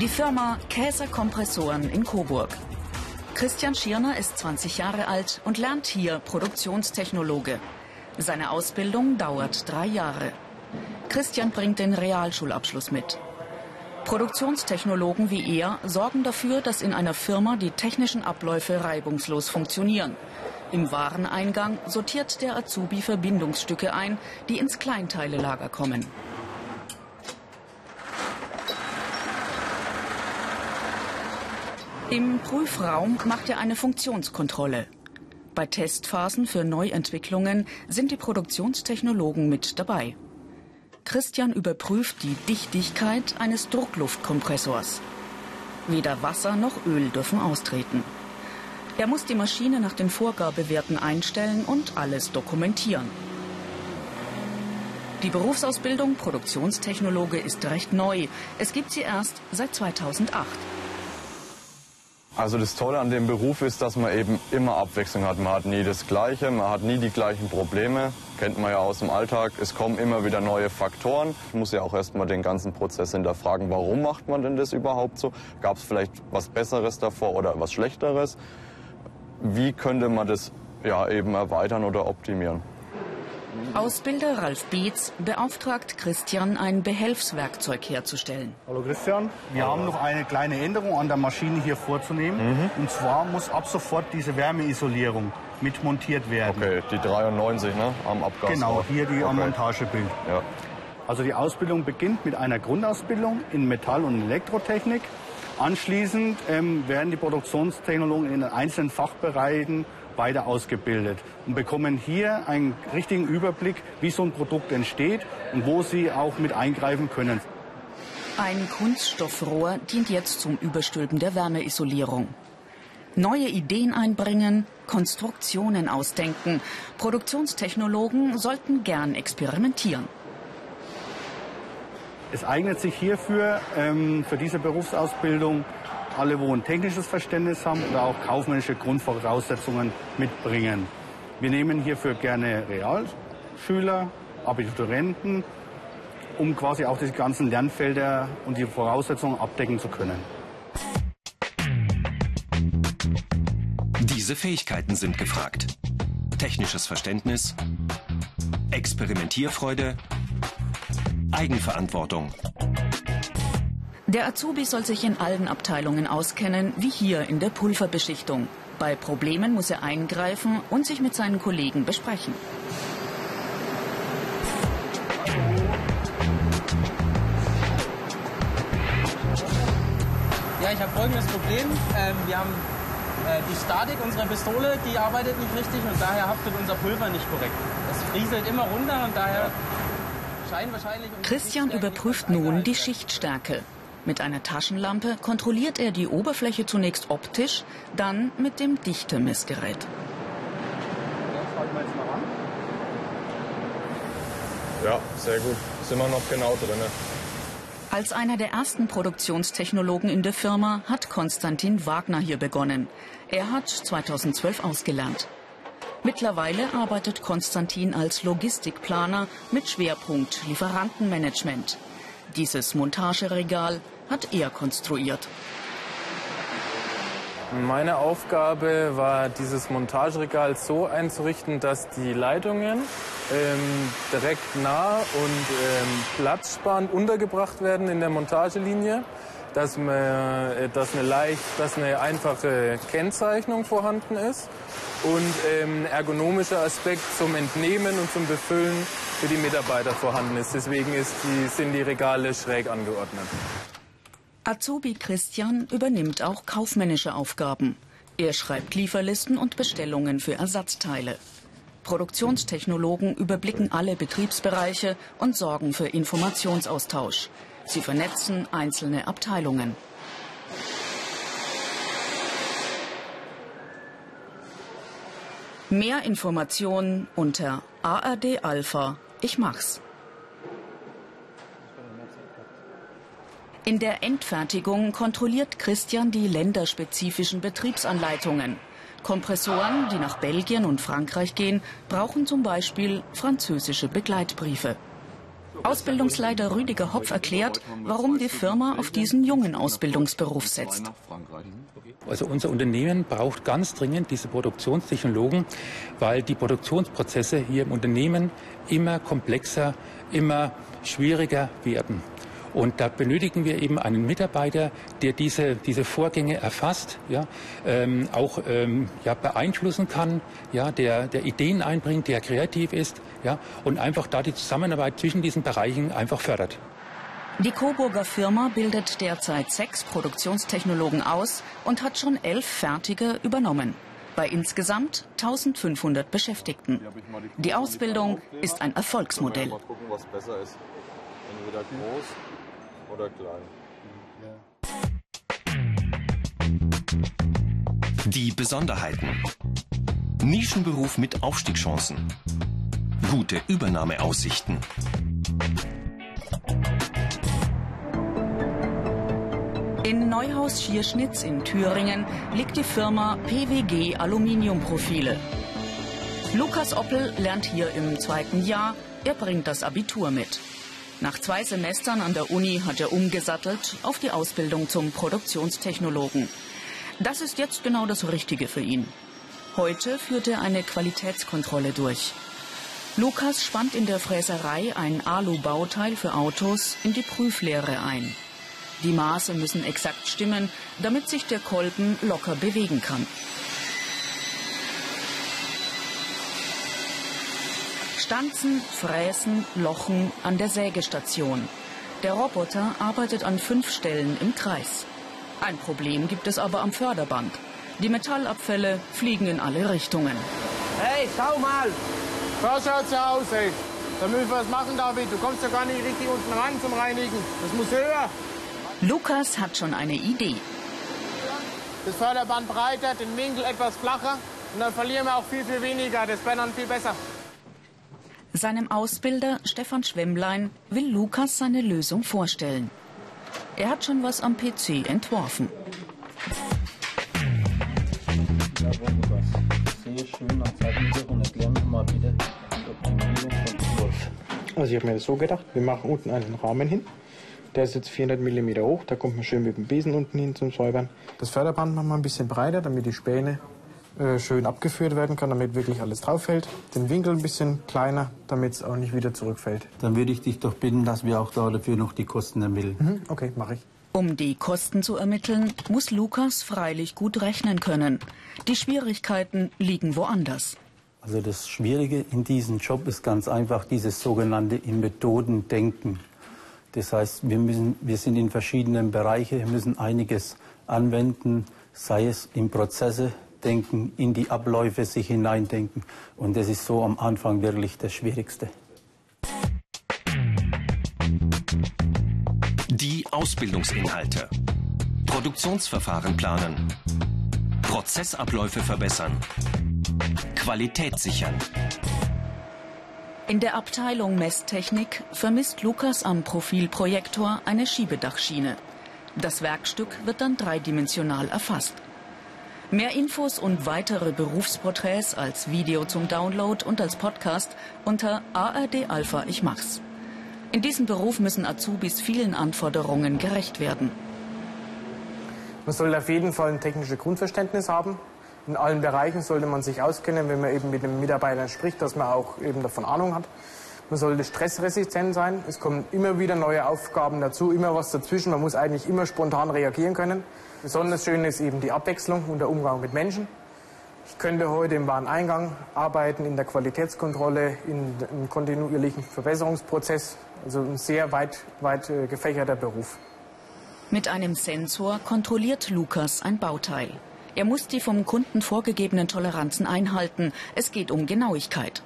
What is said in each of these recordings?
Die Firma Käser Kompressoren in Coburg. Christian Schirner ist 20 Jahre alt und lernt hier Produktionstechnologe. Seine Ausbildung dauert 3 Jahre. Christian bringt den Realschulabschluss mit. Produktionstechnologen wie er sorgen dafür, dass in einer Firma die technischen Abläufe reibungslos funktionieren. Im Wareneingang sortiert der Azubi Verbindungsstücke ein, die ins Kleinteilelager kommen. Im Prüfraum macht er eine Funktionskontrolle. Bei Testphasen für Neuentwicklungen sind die Produktionstechnologen mit dabei. Christian überprüft die Dichtigkeit eines Druckluftkompressors. Weder Wasser noch Öl dürfen austreten. Er muss die Maschine nach den Vorgabewerten einstellen und alles dokumentieren. Die Berufsausbildung Produktionstechnologe ist recht neu. Es gibt sie erst seit 2008. Also das Tolle an dem Beruf ist, dass man eben immer Abwechslung hat. Man hat nie das Gleiche, man hat nie die gleichen Probleme. Kennt man ja aus dem Alltag. Es kommen immer wieder neue Faktoren. Ich muss ja auch erstmal den ganzen Prozess hinterfragen, warum macht man denn das überhaupt so? Gab es vielleicht was Besseres davor oder was Schlechteres? Wie könnte man das ja eben erweitern oder optimieren? Ausbilder Ralf Beetz beauftragt Christian, ein Behelfswerkzeug herzustellen. Hallo Christian, wir haben noch eine kleine Änderung an der Maschine hier vorzunehmen. Und zwar muss ab sofort diese Wärmeisolierung mit montiert werden. Okay, die 93, ne, am Abgas. Genau, hier die am Montagebild. Ja. Also die Ausbildung beginnt mit einer Grundausbildung in Metall- und Elektrotechnik. Anschließend werden die Produktionstechnologen in den einzelnen Fachbereichen weiter ausgebildet und bekommen hier einen richtigen Überblick, wie so ein Produkt entsteht und wo sie auch mit eingreifen können. Ein Kunststoffrohr dient jetzt zum Überstülpen der Wärmeisolierung. Neue Ideen einbringen, Konstruktionen ausdenken. Produktionstechnologen sollten gern experimentieren. Es eignet sich hierfür, für diese Berufsausbildung, alle, wo ein technisches Verständnis haben oder auch kaufmännische Grundvoraussetzungen mitbringen. Wir nehmen hierfür gerne Realschüler, Abiturienten, um quasi auch die ganzen Lernfelder und die Voraussetzungen abdecken zu können. Diese Fähigkeiten sind gefragt. Technisches Verständnis, Experimentierfreude, Eigenverantwortung. Der Azubi soll sich in allen Abteilungen auskennen, wie hier in der Pulverbeschichtung. Bei Problemen muss er eingreifen und sich mit seinen Kollegen besprechen. Ja, ich habe folgendes Problem. Wir haben die Statik unserer Pistole, die arbeitet nicht richtig und daher haftet unser Pulver nicht korrekt. Das frieselt immer runter und daher scheint wahrscheinlich... Christian überprüft nun die Schichtstärke. Mit einer Taschenlampe kontrolliert er die Oberfläche zunächst optisch, dann mit dem Dichtemessgerät. Ja, sehr gut. Sind wir noch genau drin. Als einer der ersten Produktionstechnologen in der Firma hat Konstantin Wagner hier begonnen. Er hat 2012 ausgelernt. Mittlerweile arbeitet Konstantin als Logistikplaner mit Schwerpunkt Lieferantenmanagement. Dieses Montageregal hat er konstruiert. Meine Aufgabe war, dieses Montageregal so einzurichten, dass die Leitungen direkt nah und platzsparend untergebracht werden in der Montagelinie, dass eine einfache Kennzeichnung vorhanden ist und ein ergonomischer Aspekt zum Entnehmen und zum Befüllen für die Mitarbeiter vorhanden ist. Deswegen sind die Regale schräg angeordnet. Azubi Christian übernimmt auch kaufmännische Aufgaben. Er schreibt Lieferlisten und Bestellungen für Ersatzteile. Produktionstechnologen überblicken alle Betriebsbereiche und sorgen für Informationsaustausch. Sie vernetzen einzelne Abteilungen. Mehr Informationen unter ARD Alpha. Ich mach's. In der Endfertigung kontrolliert Christian die länderspezifischen Betriebsanleitungen. Kompressoren, die nach Belgien und Frankreich gehen, brauchen zum Beispiel französische Begleitbriefe. Ausbildungsleiter Rüdiger Hopf erklärt, warum die Firma auf diesen jungen Ausbildungsberuf setzt. Also unser Unternehmen braucht ganz dringend diese Produktionstechnologen, weil die Produktionsprozesse hier im Unternehmen immer komplexer, immer schwieriger werden. Und da benötigen wir eben einen Mitarbeiter, der diese Vorgänge erfasst, ja, auch beeinflussen kann, ja, der Ideen einbringt, der kreativ ist, ja, und einfach da die Zusammenarbeit zwischen diesen Bereichen einfach fördert. Die Coburger Firma bildet derzeit 6 Produktionstechnologen aus und hat schon 11 fertige übernommen. Bei insgesamt 1500 Beschäftigten. Die Ausbildung ist ein Erfolgsmodell. Mal gucken, was besser ist. Entweder groß oder klein. Die Besonderheiten. Nischenberuf mit Aufstiegschancen. Gute Übernahmeaussichten. In Neuhaus-Schierschnitz in Thüringen liegt die Firma PWG Aluminiumprofile. Lukas Oppel lernt hier im 2. Jahr. Er bringt das Abitur mit. Nach 2 Semestern an der Uni hat er umgesattelt auf die Ausbildung zum Produktionstechnologen. Das ist jetzt genau das Richtige für ihn. Heute führt er eine Qualitätskontrolle durch. Lukas spannt in der Fräserei ein Alu-Bauteil für Autos in die Prüflehre ein. Die Maße müssen exakt stimmen, damit sich der Kolben locker bewegen kann. Stanzen, Fräsen, Lochen an der Sägestation. Der Roboter arbeitet an 5 Stellen im Kreis. Ein Problem gibt es aber am Förderband. Die Metallabfälle fliegen in alle Richtungen. Hey, schau mal! So schaut's aus, ey. Da müssen wir was machen, David. Du kommst ja gar nicht richtig unten ran zum Reinigen. Das muss höher. Lukas hat schon eine Idee. Das Förderband breiter, den Winkel etwas flacher. Und dann verlieren wir auch viel, viel weniger. Das wäre dann viel besser. Seinem Ausbilder Stefan Schwemmlein will Lukas seine Lösung vorstellen. Er hat schon was am PC entworfen. Also ich habe mir das so gedacht, wir machen unten einen Rahmen hin. Der ist jetzt 400 mm hoch, da kommt man schön mit dem Besen unten hin zum Säubern. Das Förderband machen wir ein bisschen breiter, damit die Späne schön abgeführt werden kann, damit wirklich alles drauf fällt. Den Winkel ein bisschen kleiner, damit es auch nicht wieder zurückfällt. Dann würde ich dich doch bitten, dass wir auch dafür noch die Kosten ermitteln. Okay, mache ich. Um die Kosten zu ermitteln, muss Lukas freilich gut rechnen können. Die Schwierigkeiten liegen woanders. Also das Schwierige in diesem Job ist ganz einfach dieses sogenannte in Methoden denken. Das heißt, wir sind in verschiedenen Bereichen, wir müssen einiges anwenden, sei es in Prozesse denken, in die Abläufe sich hineindenken. Und das ist so am Anfang wirklich das Schwierigste. Die Ausbildungsinhalte. Produktionsverfahren planen. Prozessabläufe verbessern. Qualität sichern. In der Abteilung Messtechnik vermisst Lukas am Profilprojektor eine Schiebedachschiene. Das Werkstück wird dann dreidimensional erfasst. Mehr Infos und weitere Berufsporträts als Video zum Download und als Podcast unter ARD Alpha Ich Mach's. In diesem Beruf müssen Azubis vielen Anforderungen gerecht werden. Man soll auf jeden Fall ein technisches Grundverständnis haben. In allen Bereichen sollte man sich auskennen, wenn man eben mit den Mitarbeitern spricht, dass man auch eben davon Ahnung hat. Man sollte stressresistent sein. Es kommen immer wieder neue Aufgaben dazu, immer was dazwischen. Man muss eigentlich immer spontan reagieren können. Besonders schön ist eben die Abwechslung und der Umgang mit Menschen. Ich könnte heute im Wareneingang arbeiten, in der Qualitätskontrolle, im kontinuierlichen Verbesserungsprozess. Also ein sehr weit gefächerter Beruf. Mit einem Sensor kontrolliert Lukas ein Bauteil. Er muss die vom Kunden vorgegebenen Toleranzen einhalten. Es geht um Genauigkeit.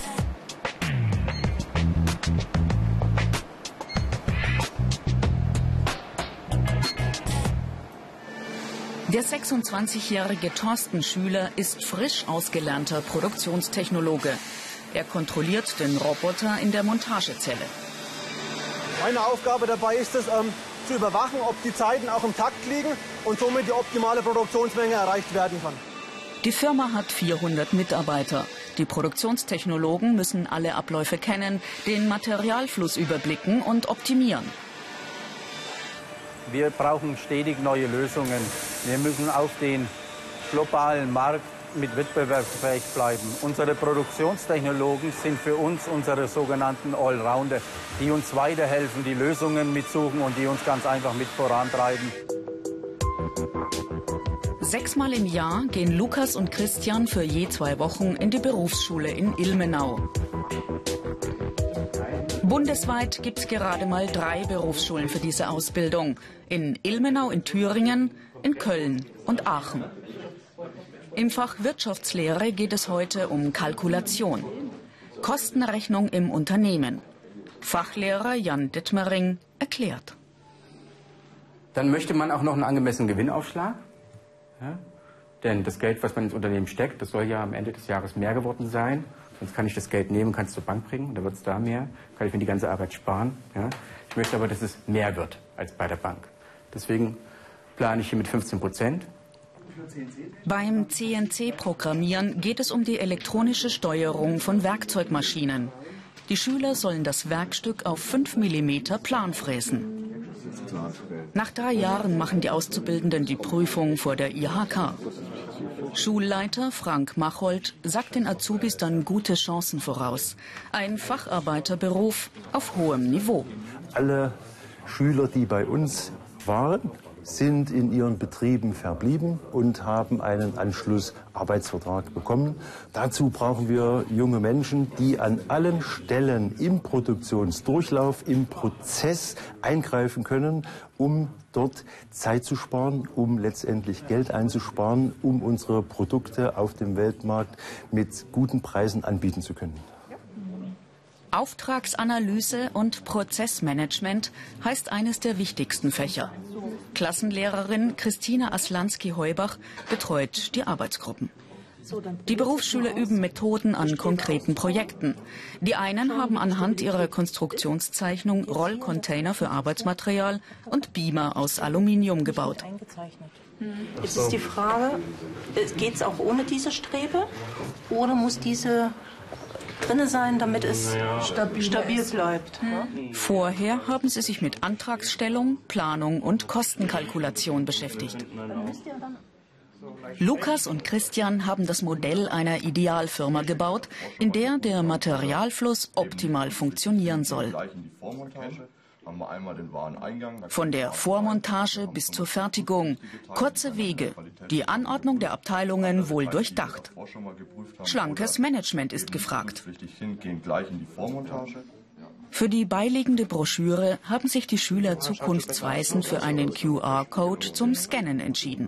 Der 26-jährige Thorsten Schüler ist frisch ausgelernter Produktionstechnologe. Er kontrolliert den Roboter in der Montagezelle. Meine Aufgabe dabei ist es, zu überwachen, ob die Zeiten auch im Takt liegen und somit die optimale Produktionsmenge erreicht werden kann. Die Firma hat 400 Mitarbeiter. Die Produktionstechnologen müssen alle Abläufe kennen, den Materialfluss überblicken und optimieren. Wir brauchen stetig neue Lösungen. Wir müssen auf den globalen Markt mit wettbewerbsfähig bleiben. Unsere Produktionstechnologen sind für uns unsere sogenannten Allrounder, die uns weiterhelfen, die Lösungen mitsuchen und die uns ganz einfach mit vorantreiben. 6-mal im Jahr gehen Lukas und Christian für je 2 Wochen in die Berufsschule in Ilmenau. Bundesweit gibt es gerade mal 3 Berufsschulen für diese Ausbildung. In Ilmenau in Thüringen, in Köln und Aachen. Im Fach Wirtschaftslehre geht es heute um Kalkulation. Kostenrechnung im Unternehmen. Fachlehrer Jan Dittmering erklärt. Dann möchte man auch noch einen angemessenen Gewinnaufschlag. Ja? Denn das Geld, was man ins Unternehmen steckt, das soll ja am Ende des Jahres mehr geworden sein. Sonst kann ich das Geld nehmen, kann es zur Bank bringen, da wird es da mehr, kann ich mir die ganze Arbeit sparen. Ja? Ich möchte aber, dass es mehr wird als bei der Bank. Deswegen plane ich hier mit 15%. Beim CNC-Programmieren geht es um die elektronische Steuerung von Werkzeugmaschinen. Die Schüler sollen das Werkstück auf 5 mm Plan fräsen. Nach 3 Jahren machen die Auszubildenden die Prüfung vor der IHK. Schulleiter Frank Machold sagt den Azubis dann gute Chancen voraus. Ein Facharbeiterberuf auf hohem Niveau. Alle Schüler, die bei uns waren, sind in ihren Betrieben verblieben und haben einen Anschlussarbeitsvertrag bekommen. Dazu brauchen wir junge Menschen, die an allen Stellen im Produktionsdurchlauf, im Prozess eingreifen können, um dort Zeit zu sparen, um letztendlich Geld einzusparen, um unsere Produkte auf dem Weltmarkt mit guten Preisen anbieten zu können. Auftragsanalyse und Prozessmanagement heißt eines der wichtigsten Fächer. Klassenlehrerin Christina Aslanski-Heubach betreut die Arbeitsgruppen. Die Berufsschüler üben Methoden an konkreten Projekten. Die einen haben anhand ihrer Konstruktionszeichnung Rollcontainer für Arbeitsmaterial und Beamer aus Aluminium gebaut. Jetzt ist die Frage, geht es auch ohne diese Strebe oder muss diese drin sein, damit es stabil bleibt? Vorher haben sie sich mit Antragsstellung, Planung und Kostenkalkulation beschäftigt. Lukas und Christian haben das Modell einer Idealfirma gebaut, in der der Materialfluss optimal funktionieren soll. Von der Vormontage bis zur Fertigung. Kurze Wege. Die Anordnung der Abteilungen wohl durchdacht. Schlankes Management ist gefragt. Für die beiliegende Broschüre haben sich die Schüler zukunftsweisend für einen QR-Code zum Scannen entschieden.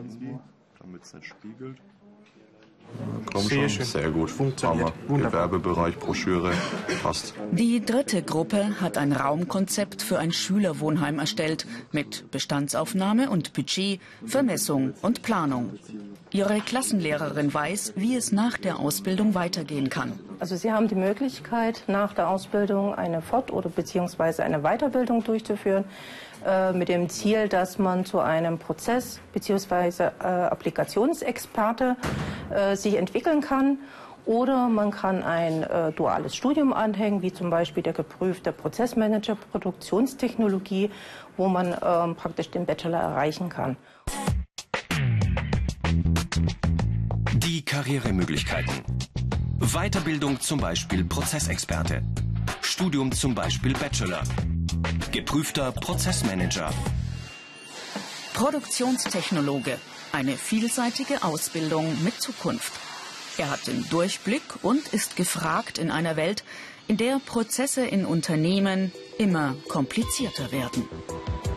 Komm schon, sehr gut. Hammer. Gewerbebereich, Broschüre, passt. Die dritte Gruppe hat ein Raumkonzept für ein Schülerwohnheim erstellt, mit Bestandsaufnahme und Budget, Vermessung und Planung. Ihre Klassenlehrerin weiß, wie es nach der Ausbildung weitergehen kann. Also Sie haben die Möglichkeit, nach der Ausbildung eine Fort- oder beziehungsweise eine Weiterbildung durchzuführen, mit dem Ziel, dass man zu einem Prozess- bzw. Applikationsexperte sich entwickeln kann. Oder man kann ein duales Studium anhängen, wie zum Beispiel der geprüfte Prozessmanager Produktionstechnologie, wo man praktisch den Bachelor erreichen kann. Die Karrieremöglichkeiten. Weiterbildung zum Beispiel Prozessexperte. Studium zum Beispiel Bachelor. Geprüfter Prozessmanager. Produktionstechnologe. Eine vielseitige Ausbildung mit Zukunft. Er hat den Durchblick und ist gefragt in einer Welt, in der Prozesse in Unternehmen immer komplizierter werden.